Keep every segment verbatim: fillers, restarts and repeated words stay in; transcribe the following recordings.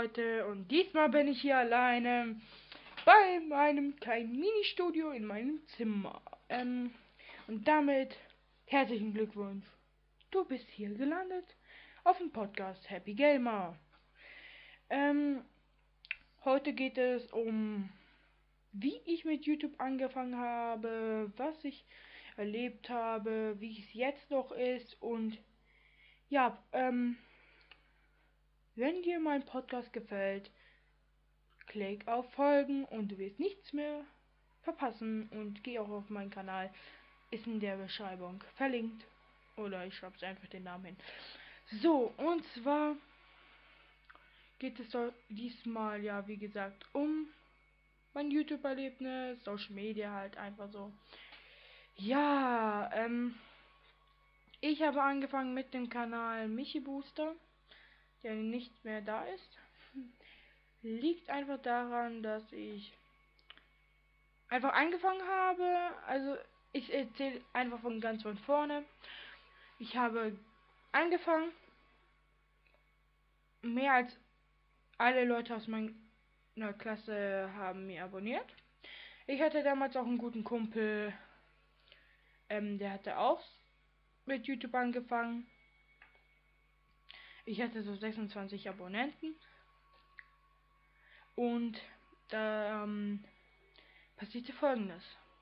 Leute, und diesmal bin ich hier alleine bei meinem kleinen Mini-Studio in meinem Zimmer. Ähm, und damit herzlichen Glückwunsch. Du bist hier gelandet auf dem Podcast Happy Gamer. Ähm, heute geht es um, wie ich mit YouTube angefangen habe, was ich erlebt habe, wie es jetzt noch ist und ja, ähm, wenn dir mein Podcast gefällt, klick auf Folgen und du wirst nichts mehr verpassen, und geh auch auf meinen Kanal, ist in der Beschreibung verlinkt, oder ich schreibe es einfach den Namen hin. So, und zwar geht es diesmal ja, wie gesagt, um mein YouTube-Erlebnis, Social Media halt einfach so. Ja, ähm, ich habe angefangen mit dem Kanal Michi Booster, der nicht mehr da ist. Liegt einfach daran, dass ich einfach angefangen habe. Also ich erzähle einfach von ganz von vorne. Ich habe angefangen, mehr als alle Leute aus meiner Klasse haben mir abonniert. Ich hatte damals auch einen guten Kumpel, ähm, der hatte auch mit YouTube angefangen. Ich hatte so sechsundzwanzig Abonnenten. Und da ähm, passierte Folgendes.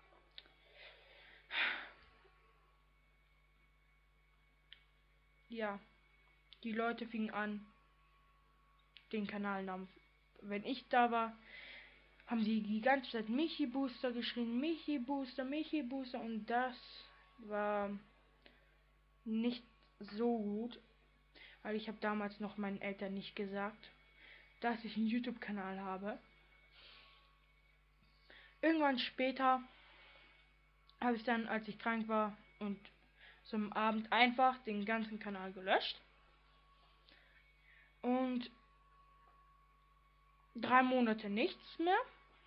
Ja, die Leute fingen an, den Kanalnamen, wenn ich da war, haben sie die ganze Zeit Michi Booster geschrien, Michi Booster, Michi Booster, und das war nicht so gut, weil ich habe damals noch meinen Eltern nicht gesagt, dass ich einen YouTube-Kanal habe. Irgendwann später habe ich dann, als ich krank war und zum Abend, einfach den ganzen Kanal gelöscht. Und drei Monate nichts mehr.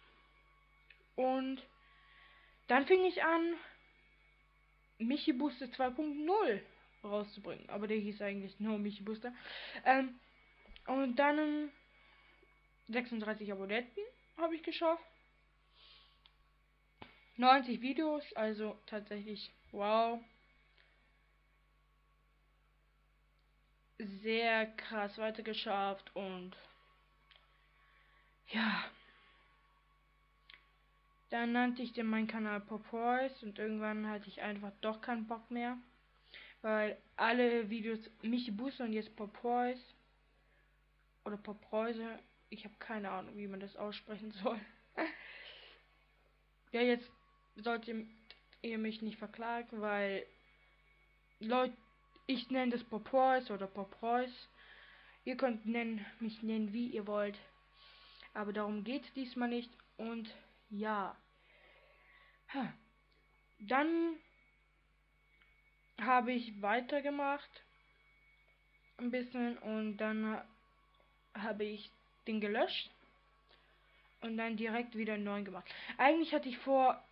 Und dann fing ich an, Michi Booster zwei Punkt null rauszubringen. Aber der hieß eigentlich nur Michi Booster. Ähm, und dann sechsunddreißig Abonnenten habe ich geschafft. neunzig Videos, also tatsächlich wow. Sehr krass weitergeschafft, und ja. Dann nannte ich den meinen Kanal Popoys, und irgendwann hatte ich einfach doch keinen Bock mehr. Weil alle Videos Michi Booster und jetzt Popoys oder Popoyse, ich habe keine Ahnung, wie man das aussprechen soll. Ja, jetzt solltet ihr mich nicht verklagen, weil Leute, ich nenne das Popoys oder Popoys. Ihr könnt nennen, mich nennen, wie ihr wollt. Aber darum geht es diesmal nicht. Und ja. Dann habe ich weitergemacht. Ein bisschen. Und dann habe ich den gelöscht. Und dann direkt wieder einen neuen gemacht. Eigentlich hatte ich vor,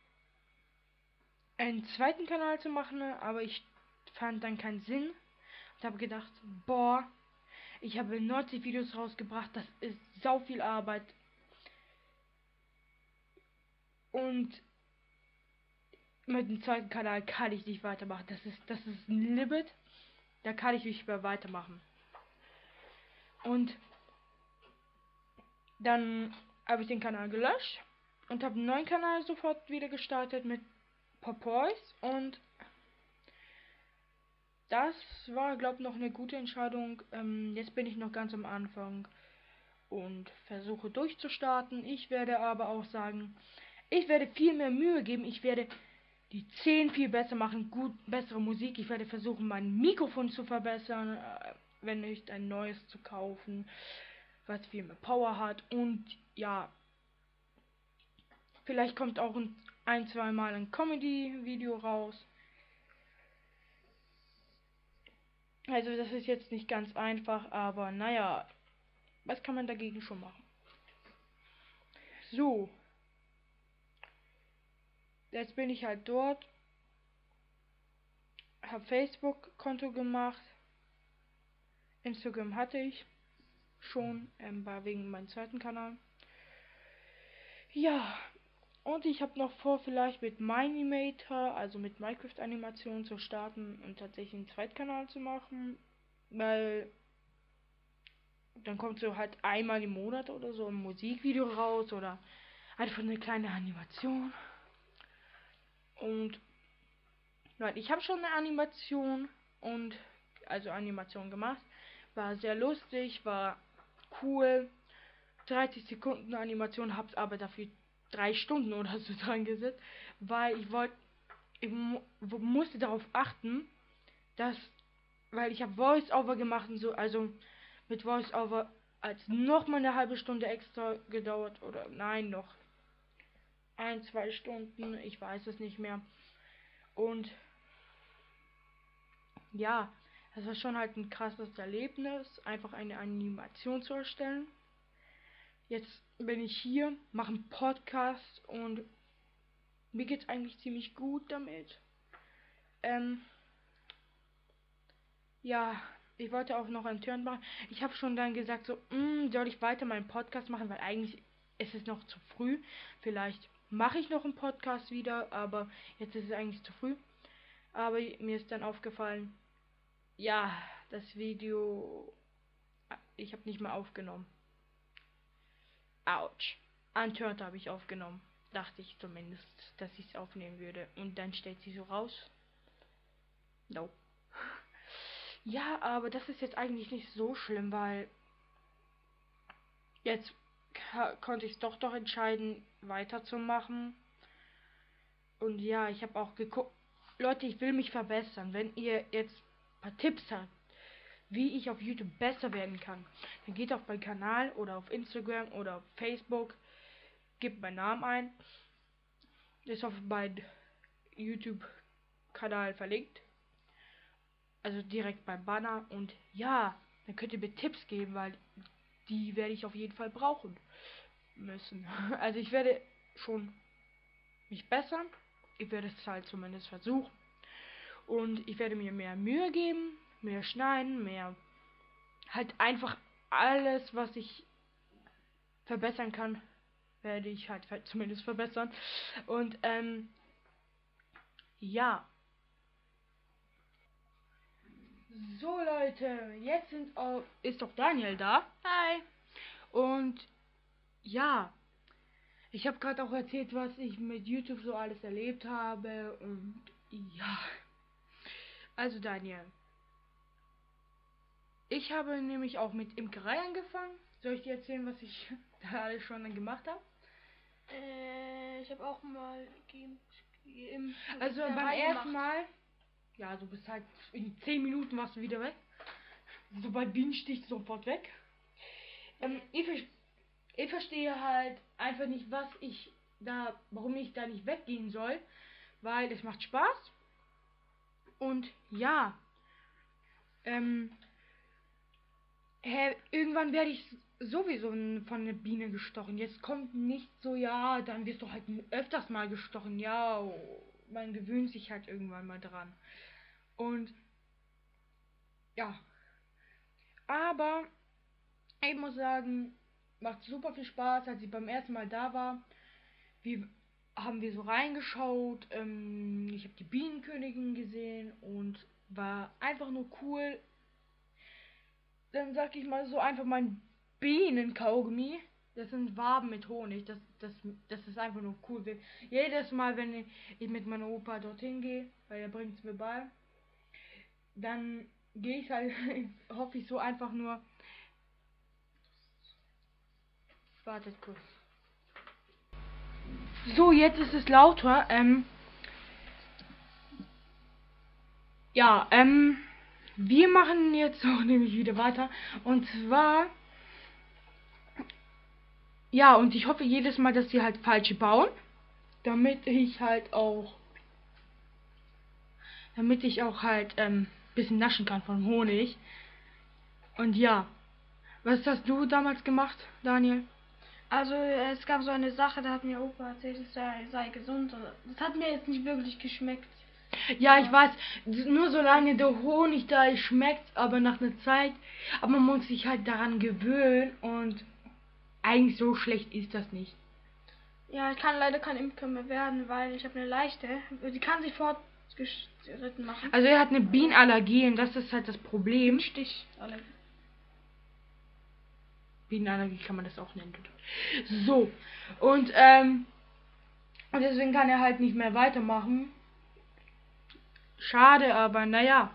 einen zweiten Kanal zu machen. Aber ich fand dann keinen Sinn. Und habe gedacht, boah. Ich habe neunzig Videos rausgebracht. Das ist sau viel Arbeit. Und mit dem zweiten Kanal kann ich nicht weitermachen. Das ist, das ist ein Limit. Da kann ich nicht mehr weitermachen. Und dann habe ich den Kanal gelöscht und habe einen neuen Kanal sofort wieder gestartet mit Popoys. Und das war, glaube ich, noch eine gute Entscheidung. Ähm, jetzt bin ich noch ganz am Anfang und versuche durchzustarten. Ich werde aber auch sagen, ich werde viel mehr Mühe geben. Ich werde die zehn viel besser machen, gut, bessere Musik. Ich werde versuchen, mein Mikrofon zu verbessern, äh, wenn nicht ein neues zu kaufen, was viel mehr Power hat. Und ja, vielleicht kommt auch ein, ein zwei Mal ein Comedy-Video raus. Also das ist jetzt nicht ganz einfach, aber naja, was kann man dagegen schon machen? So, jetzt bin ich halt dort, habe Facebook-Konto gemacht, Instagram hatte ich, schon, ähm, war wegen meinem zweiten Kanal. Ja, und ich habe noch vor, vielleicht mit Minimator, also mit Minecraft-Animationen zu starten und tatsächlich einen Zweitkanal zu machen, weil dann kommt so halt einmal im Monat oder so ein Musikvideo raus oder einfach eine kleine Animation. Und weil ich habe schon eine Animation und also Animation gemacht, war sehr lustig, war cool. dreißig Sekunden Animation, hab's aber dafür drei Stunden oder so dran gesetzt, weil ich wollte, ich mu musste darauf achten, dass, weil ich habe Voice-Over gemacht und so, also mit Voice-Over als noch mal eine halbe Stunde extra gedauert oder nein, noch ein, zwei Stunden, ich weiß es nicht mehr. Und ja, das war schon halt ein krasses Erlebnis, einfach eine Animation zu erstellen. Jetzt bin ich hier, mache einen Podcast und mir geht's eigentlich ziemlich gut damit. Ähm, ja, ich wollte auch noch einen Turn machen. Ich habe schon dann gesagt, so, mh, soll ich weiter meinen Podcast machen, weil eigentlich ist es noch zu früh. Vielleicht mache ich noch einen Podcast wieder, aber jetzt ist es eigentlich zu früh. Aber mir ist dann aufgefallen, ja, das Video, ich habe nicht mehr aufgenommen. Autsch. Unturned habe ich aufgenommen. Dachte ich zumindest, dass ich es aufnehmen würde. Und dann stellt sie so raus. No. Ja, aber das ist jetzt eigentlich nicht so schlimm, weil jetzt konnte ich es doch doch entscheiden, weiterzumachen. Und ja, ich habe auch geguckt. Leute, ich will mich verbessern. Wenn ihr jetzt ein paar Tipps habt, wie ich auf YouTube besser werden kann, dann geht auf meinen Kanal oder auf Instagram oder auf Facebook. Gebt meinen Namen ein. Ist auf meinem YouTube-Kanal verlinkt. Also direkt beim Banner. Und ja, dann könnt ihr mir Tipps geben, weil die werde ich auf jeden Fall brauchen müssen. Also ich werde schon mich bessern. Ich werde es halt zumindest versuchen. Und ich werde mir mehr Mühe geben, mehr schneiden, mehr halt einfach alles, was ich verbessern kann, werde ich halt zumindest verbessern. Und ähm, ja. So Leute, jetzt sind auch, ist doch Daniel da. Hi. Und ja, ich habe gerade auch erzählt, was ich mit YouTube so alles erlebt habe. Und ja, also Daniel, ich habe nämlich auch mit Imkerei angefangen. Soll ich dir erzählen, was ich da alles schon gemacht habe? Äh, ich habe auch mal geimpft. Also beim ersten Mal, ja, du bist halt in zehn Minuten warst du wieder weg. Sobald Bienenstich sofort weg. Ähm, ich, ich verstehe halt einfach nicht, was ich da, warum ich da nicht weggehen soll, weil es macht Spaß. Und ja, ähm, hä, irgendwann werde ich sowieso von einer Biene gestochen. Jetzt kommt nicht so, ja, dann wirst du halt öfters mal gestochen. Ja, man gewöhnt sich halt irgendwann mal dran. Und ja, aber ich muss sagen, macht super viel Spaß, als ich beim ersten Mal da war. Wie haben wir so reingeschaut, ähm, ich habe die Bienenkönigin gesehen und war einfach nur cool. Dann sag ich mal so einfach mein Bienenkaugummi. Das sind Waben mit Honig. Das, das, das ist einfach nur cool. Jedes Mal, wenn ich, ich mit meinem Opa dorthin gehe, weil er bringt es mir bei, dann gehe ich halt, hoffe ich so einfach nur. Wartet kurz. So, jetzt ist es lauter. Ähm, ja, ähm, wir machen jetzt auch nämlich wieder weiter. Und zwar, ja, und ich hoffe jedes Mal, dass sie halt falsche bauen, damit ich halt auch, damit ich auch halt ähm, bisschen naschen kann von Honig. Und ja, was hast du damals gemacht, Daniel? Also es gab so eine Sache, da hat mir Opa erzählt, es sei, sei gesund. Das hat mir jetzt nicht wirklich geschmeckt. Ja, ich weiß, nur solange der Honig da ist, schmeckt, aber nach einer Zeit, aber man muss sich halt daran gewöhnen und eigentlich so schlecht ist das nicht. Ja, ich kann leider kein Imker mehr werden, weil ich habe eine leichte. Die kann sich fortgeschritten machen. Also er hat eine Bienenallergie und das ist halt das Problem. Stichallergie. Bienenallergie kann man das auch nennen. So, und ähm, und deswegen kann er halt nicht mehr weitermachen. Schade, aber naja.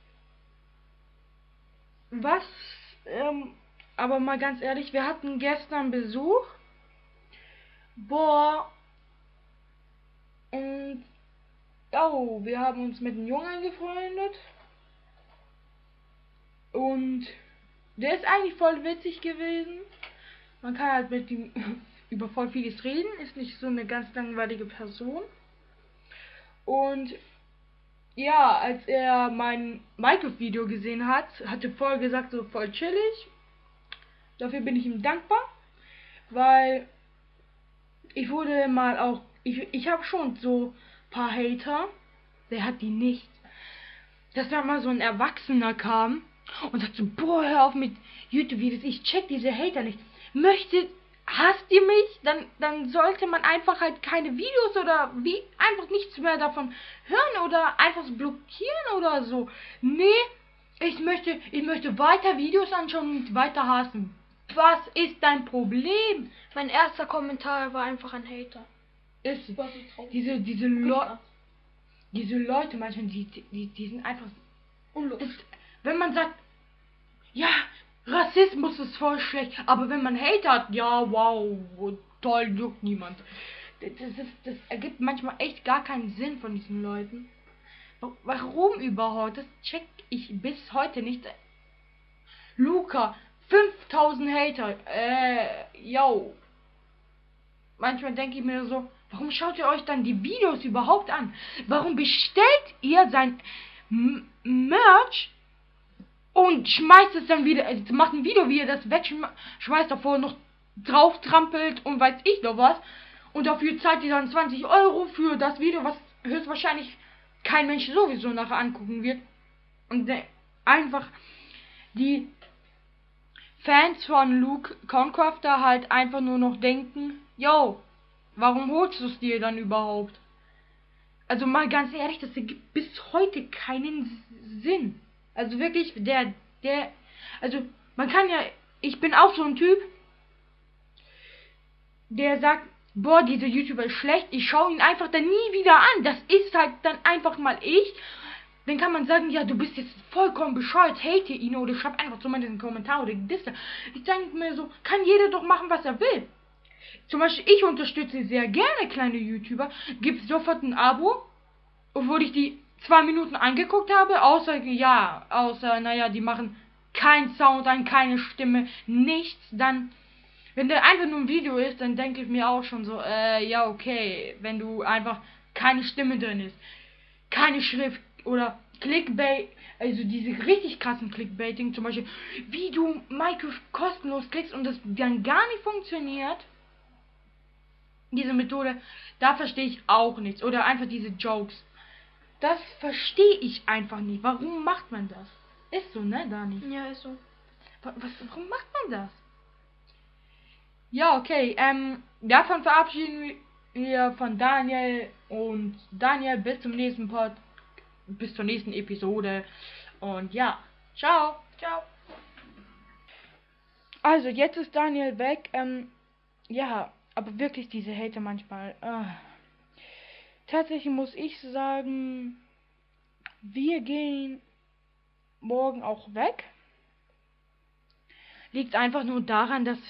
Was, ähm, aber mal ganz ehrlich, wir hatten gestern Besuch. Boah. Und oh, wir haben uns mit einem Jungen angefreundet. Und der ist eigentlich voll witzig gewesen. Man kann halt mit ihm über voll vieles reden. Ist nicht so eine ganz langweilige Person. Und ja, als er mein Minecraft-Video gesehen hat, hatte voll gesagt, so voll chillig. Dafür bin ich ihm dankbar. Weil ich wurde mal auch, ich, ich habe schon so ein paar Hater. Der hat die nicht. Dass da mal so ein Erwachsener kam und sagt so, boah, hör auf mit YouTube-Videos, ich check diese Hater nicht. Möchte, hasst ihr mich? Dann, dann sollte man einfach halt keine Videos oder wie, einfach nichts mehr davon hören oder einfach so blockieren oder so. Nee, ich möchte, ich möchte weiter Videos anschauen und weiter hassen. Was ist dein Problem? Mein erster Kommentar war einfach ein Hater. Ist, Das war so traurig. diese, diese Leute, diese Leute manchmal, die, die, die sind einfach unlustig. Wenn man sagt, ja, Rassismus ist voll schlecht, aber wenn man Hate hat, ja, wow, toll, juckt niemand. Das, ist, das ergibt manchmal echt gar keinen Sinn von diesen Leuten. Warum überhaupt? Das check ich bis heute nicht. Luca, fünftausend Hater, äh, yo. Manchmal denke ich mir so, warum schaut ihr euch dann die Videos überhaupt an? Warum bestellt ihr sein M Merch und schmeißt es dann wieder, also macht ein Video, wie ihr das wegschmeißt, davor noch drauf trampelt und weiß ich noch was. Und dafür zahlt ihr dann zwanzig Euro für das Video, was höchstwahrscheinlich kein Mensch sowieso nachher angucken wird. Und einfach die Fans von Luke Concrafter halt einfach nur noch denken, yo, warum holst du es dir dann überhaupt? Also mal ganz ehrlich, das ergibt bis heute keinen Sinn. Also wirklich, der, der, also man kann ja, ich bin auch so ein Typ, der sagt, boah, dieser YouTuber ist schlecht, ich schaue ihn einfach dann nie wieder an. Das ist halt dann einfach mal ich. Dann kann man sagen, ja, du bist jetzt vollkommen bescheuert, hate ihn oder schreib einfach so mal in den Kommentar oder disse. Ich denke mir so, kann jeder doch machen, was er will. Zum Beispiel, ich unterstütze sehr gerne kleine YouTuber, gib sofort ein Abo, obwohl ich die zwei Minuten angeguckt habe, außer, ja, außer, naja, die machen keinen Sound an, keine Stimme, nichts, dann, wenn der einfach nur ein Video ist, dann denke ich mir auch schon so, äh, ja, okay, wenn du einfach keine Stimme drin ist, keine Schrift oder Clickbait, also diese richtig krassen Clickbaiting, zum Beispiel, wie du Minecraft kostenlos kriegst und das dann gar nicht funktioniert, diese Methode, da verstehe ich auch nichts, oder einfach diese Jokes. Das verstehe ich einfach nicht. Warum macht man das? Ist so, ne, Dani? Ja, ist so. Was, warum macht man das? Ja, okay. Ähm, davon verabschieden wir von Daniel und Daniel bis zum nächsten Pod, bis zur nächsten Episode. Und ja, ciao. Ciao. Also, jetzt ist Daniel weg. Ähm, ja, aber wirklich diese Hater manchmal. Äh. Tatsächlich muss ich sagen, wir gehen morgen auch weg. Liegt einfach nur daran, dass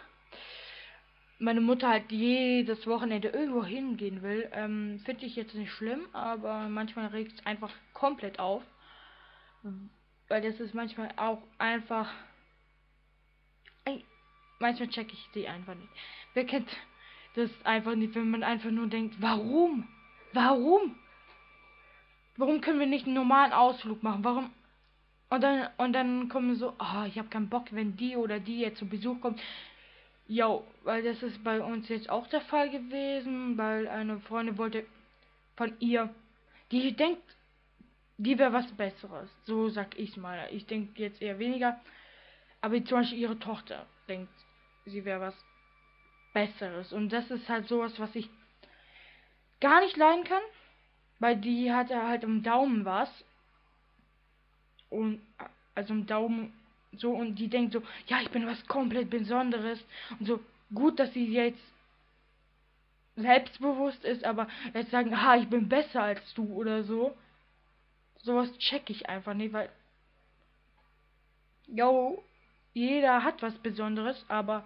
meine Mutter halt jedes Wochenende irgendwo hingehen will. Ähm, finde ich jetzt nicht schlimm, aber manchmal regt es einfach komplett auf. Weil das ist manchmal auch einfach... Ey, manchmal checke ich die einfach nicht. Wer kennt das einfach nicht, wenn man einfach nur denkt, warum? Warum? Warum können wir nicht einen normalen Ausflug machen? Warum? Und dann, und dann kommen so, ah, oh, ich habe keinen Bock, wenn die oder die jetzt zu Besuch kommt. Jo, weil das ist bei uns jetzt auch der Fall gewesen, weil eine Freundin wollte von ihr die denkt, die wäre was Besseres. So sag ich mal. Ich denke jetzt eher weniger. Aber zum Beispiel ihre Tochter denkt, sie wäre was Besseres. Und das ist halt sowas, was ich gar nicht leiden kann. Weil die hat halt im Daumen was. Und also im Daumen so, und die denkt so, ja, ich bin was komplett Besonderes. Und so, gut, dass sie jetzt selbstbewusst ist, aber jetzt sagen, ah, ich bin besser als du oder so. Sowas check ich einfach nicht, weil, yo, jeder hat was Besonderes, aber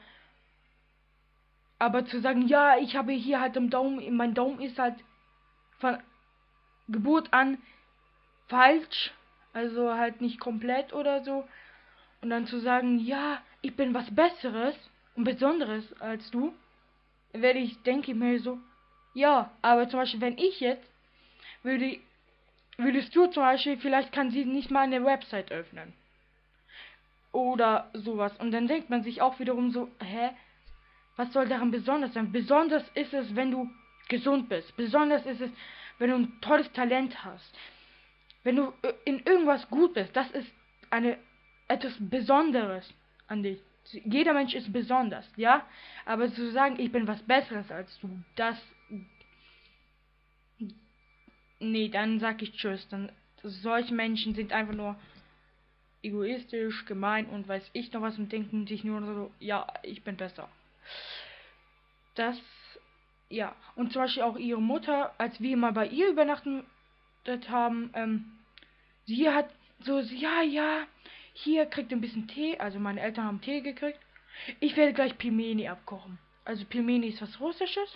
aber zu sagen, ja, ich habe hier halt im Daumen, mein Daumen ist halt von Geburt an falsch, also halt nicht komplett oder so, und dann zu sagen, ja, ich bin was Besseres und Besonderes als du, werde ich, denke ich mir so, ja, aber zum Beispiel, wenn ich jetzt, würde, würdest du zum Beispiel, vielleicht kann sie nicht mal eine Website öffnen. Oder sowas. Und dann denkt man sich auch wiederum so, hä? Was soll daran besonders sein? Besonders ist es, wenn du gesund bist. Besonders ist es, wenn du ein tolles Talent hast. Wenn du in irgendwas gut bist. Das ist eine etwas Besonderes an dich. Jeder Mensch ist besonders, ja? Aber zu sagen, ich bin was Besseres als du, das... Nee, dann sag ich tschüss. Dann, solche Menschen sind einfach nur egoistisch, gemein und weiß ich noch was und denken sich nur so, ja, ich bin besser. Das, ja. Und zum Beispiel auch ihre Mutter, als wir mal bei ihr übernachtet haben, ähm, sie hat so, ja, ja, hier kriegt ein bisschen Tee, also meine Eltern haben Tee gekriegt. Ich werde gleich Pilmeni abkochen. Also Pilmeni ist was Russisches.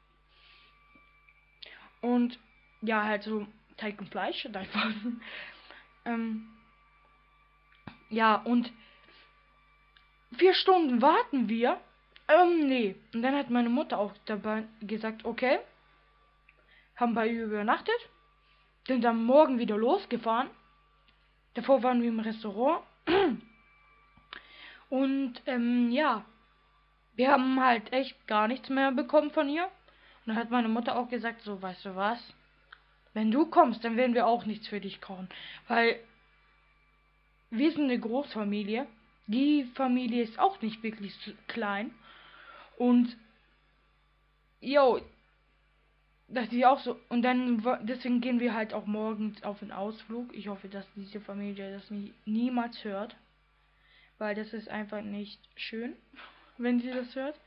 Und ja, halt so Teig und Fleisch, einfach. ähm, ja, und vier Stunden warten wir. Ähm, nee. Und dann hat meine Mutter auch dabei gesagt, okay. Haben bei ihr übernachtet. Sind dann morgen wieder losgefahren. Davor waren wir im Restaurant. Und, ähm, ja. Wir haben halt echt gar nichts mehr bekommen von ihr. Und dann hat meine Mutter auch gesagt, so, weißt du was? Wenn du kommst, dann werden wir auch nichts für dich kochen. Weil wir sind eine Großfamilie. Die Familie ist auch nicht wirklich klein. Und, yo, das ist auch so. Und dann, deswegen gehen wir halt auch morgens auf einen Ausflug. Ich hoffe, dass diese Familie das nie, niemals hört. Weil das ist einfach nicht schön, wenn sie das hört.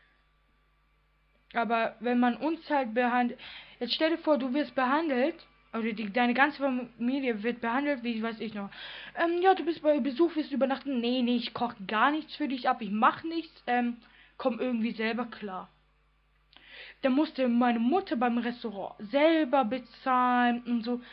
Aber wenn man uns halt behandelt, jetzt stell dir vor, du wirst behandelt, oder die, deine ganze Familie wird behandelt, wie weiß ich noch. Ähm, ja, du bist bei Besuch, wirst übernachten. Nee, nee, ich koche gar nichts für dich ab, ich mach nichts, ähm, komm irgendwie selber klar. Da musste meine Mutter beim Restaurant selber bezahlen und so.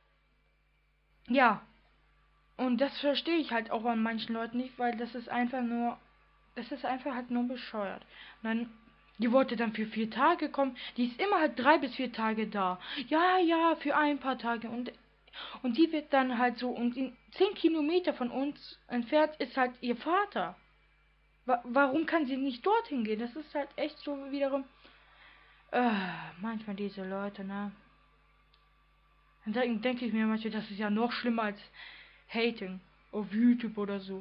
Ja. Und das verstehe ich halt auch an manchen Leuten nicht, weil das ist einfach nur, das ist einfach halt nur bescheuert. Und dann, die wollte dann für vier Tage kommen. Die ist immer halt drei bis vier Tage da. Ja, ja, für ein paar Tage. Und, und die wird dann halt so, und in zehn Kilometer von uns entfernt ist halt ihr Vater. Wa warum kann sie nicht dorthin gehen? Das ist halt echt so wiederum, äh, manchmal diese Leute, ne? Dann denke ich mir manchmal, das ist ja noch schlimmer als Hating auf YouTube oder so.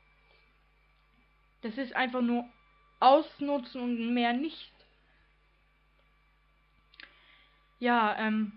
Das ist einfach nur ausnutzen und mehr nicht. Ja, ähm.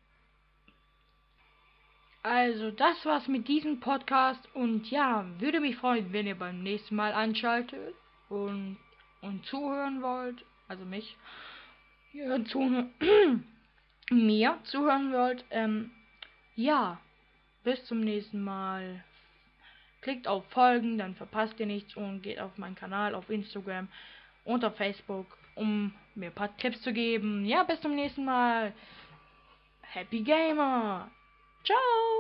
Also, das war's mit diesem Podcast. Und ja, würde mich freuen, wenn ihr beim nächsten Mal anschaltet und, und zuhören wollt. Also mich. Ja, zuhören. mir zuhören wollt. Ähm, ja. Bis zum nächsten Mal. Klickt auf Folgen, dann verpasst ihr nichts und geht auf meinen Kanal auf Instagram und auf Facebook, um mir ein paar Tipps zu geben. Ja, bis zum nächsten Mal. Happy Gamer. Ciao.